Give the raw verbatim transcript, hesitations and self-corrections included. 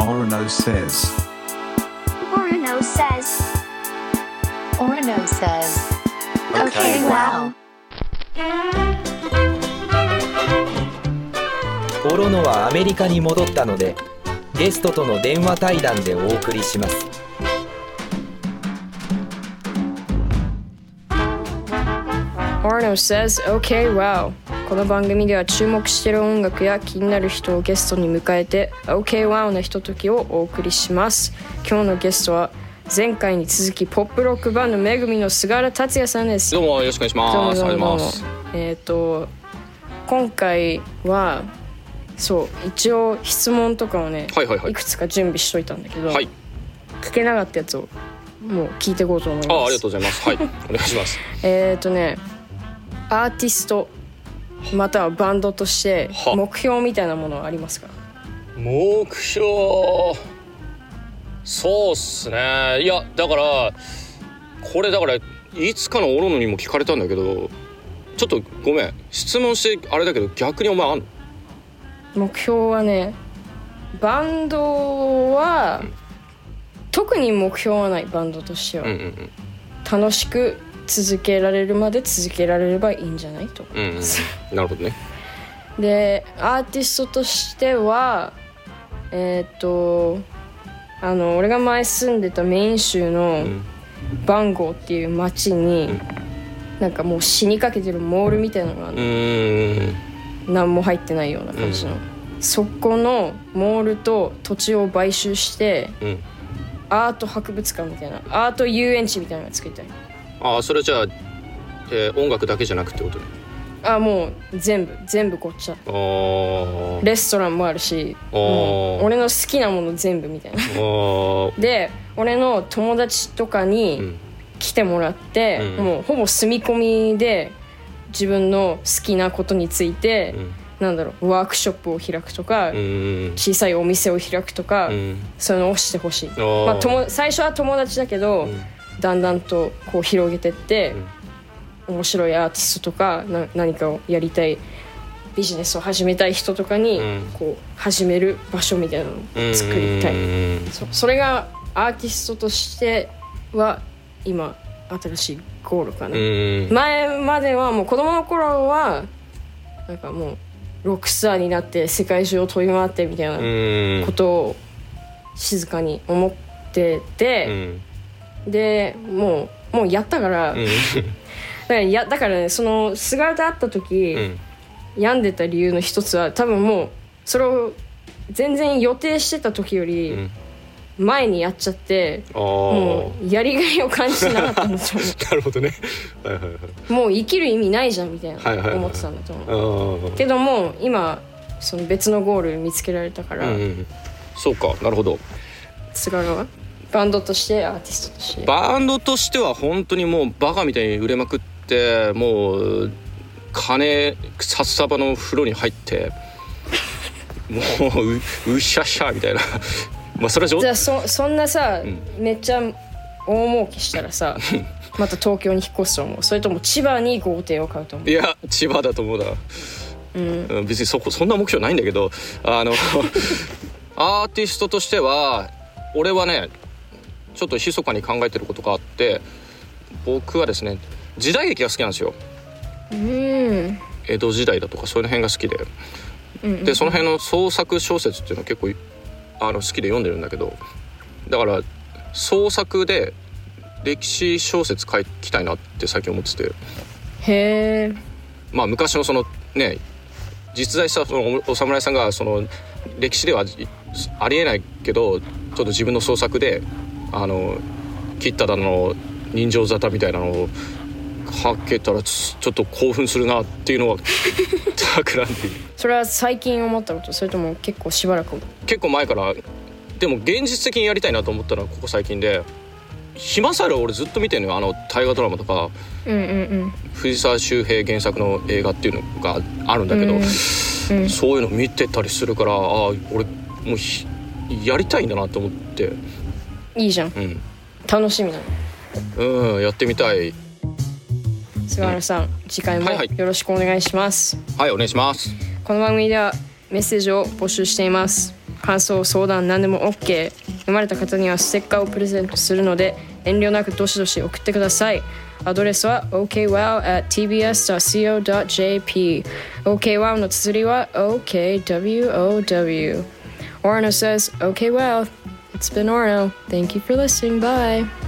Orono says. Orono says. Orono says. Okay, wow. オロノはアメリカに戻ったので、ゲストとの電話対談でお送りします。 Orono says, okay, wow. この番組では注目している音楽や気になる人をゲストに迎えて OK wow なひとときをお送りします。今日のゲストは前回に続きポップロックバンドめぐみの菅原達也さんです。 どうもよろしくお願いします。 どうもどうもどうも。 ありがとうございます。 えっと今回はそう一応質問とかをね、 はいはいはい、 いくつか準備しといたんだけど、 はい、 聞けなかったやつをもう聞いていこうと思います。 あ, ありがとうございます。はいお願いします。 えっとねアーティストまたはバンドとして目標みたいなものはありますか？ 目標そうっすね。いやだからこれだからいつかのオロノにも聞かれたんだけど、ちょっとごめん質問してあれだけど逆にお前あんの？ 目標はねバンドは、うん、特に目標はないバンドとしては、うんうんうん、楽しく続けられるまで続けられればいいんじゃないと思います、 うんうん、なるほどね。 でアーティストとしてはえー、っとあの俺が前住んでたメイン州のバンゴーっていう町に、うん、なんかもう死にかけてるモールみたいなのがあるの、うん、何も入ってないような感じの、うん、そこのモールと土地を買収して、うん、アート博物館みたいなアート遊園地みたいなのが作りたい。 ああそれじゃあ、えー、音楽だけじゃなくってことね。 あもう全部全部こっちゃ。あレストランもあるし、もう俺の好きなもの全部みたいな。あで俺の友達とかに来てもらって、うん、もうほぼ住み込みで自分の好きなことについて、うん、なんだろうワークショップを開くとか、うん、小さいお店を開くとか、うん、そういうのをしてほしい。まあ、とも最初は友達だけど、うんだんだんとこう広げてって、うん、面白いアーティストとかな何かをやりたいビジネスを始めたい人とかに、うん、こう始める場所みたいなのを作りたい、うん、そ, それがアーティストとしては今新しいゴールかな、うん、前まではもう子供の頃はなんかもうロックスターになって世界中を飛び回ってみたいなことを静かに思ってて、うんでもうもうやったから、うん、だからやだからねその菅原と会った時、うん、病んでた理由の一つは多分もうそれを全然予定してた時より前にやっちゃって、うん、もうやりがいを感じてなかったんだと思う。 なるほどね、はいはいはい、 もう生きる意味ないじゃんみたいな、はいはいはい、思ってたんだと思うけども今その別のゴール見つけられたから、うん、 そうかなるほど。菅原はバンドとしてアーティストとしてバンドとしては本当にもうバカみたいに売れまくってもう金札束の風呂に入ってもう う, うしゃしゃみたいなまあそれはじゃあそ, そんなさ、うん、めっちゃ大儲けしたらさまた東京に引っ越すと思う？それとも千葉に豪邸を買うと思う？ いや千葉だと思うな、うん、別に そ, そんな目標ないんだけどあのアーティストとしては俺はねちょっと密かに考えてることがあって、僕はですね時代劇が好きなんですよ、うん、江戸時代だとかそういう辺が好きで、うんうん、でその辺の創作小説っていうのは結構あの好きで読んでるんだけど、だから創作で歴史小説書きたいなって最近思ってて。 へー。 まあ昔のそのね実在したそのお侍さんがその歴史ではありえないけどちょっと自分の創作であの切っただの人情沙汰みたいなのをかけたらちょっと興奮するなっていうのは企んでいる。 それは最近思ったこと？それとも結構しばらく？ 結構前から。でも現実的にやりたいなと思ったのはここ最近で、暇さえ俺ずっと見てるのよ。あの大河ドラマとか、うんうんうん、藤沢周平原作の映画っていうのがあるんだけど、うんうん、そういうの見てたりするから、ああ俺もうやりたいんだなと思って。 いいじゃん、うん、楽しみなの。うんやってみたい。 菅原さん、うん、次回もよろしくお願いします。 はい、はい、お願いします。 この番組ではメッセージを募集しています。 感想相談何でも OK。 読まれた方にはステッカーをプレゼントするので遠慮なくどしどし送ってください。アドレスは オーケーワウ アット ティービーエス ドット シーオー ドット ジェーピー オーケーワウ の綴りは オーケーダブリューオーダブリュー。 Orno says, Okay, well, it's been Orno. Thank you for listening. Bye.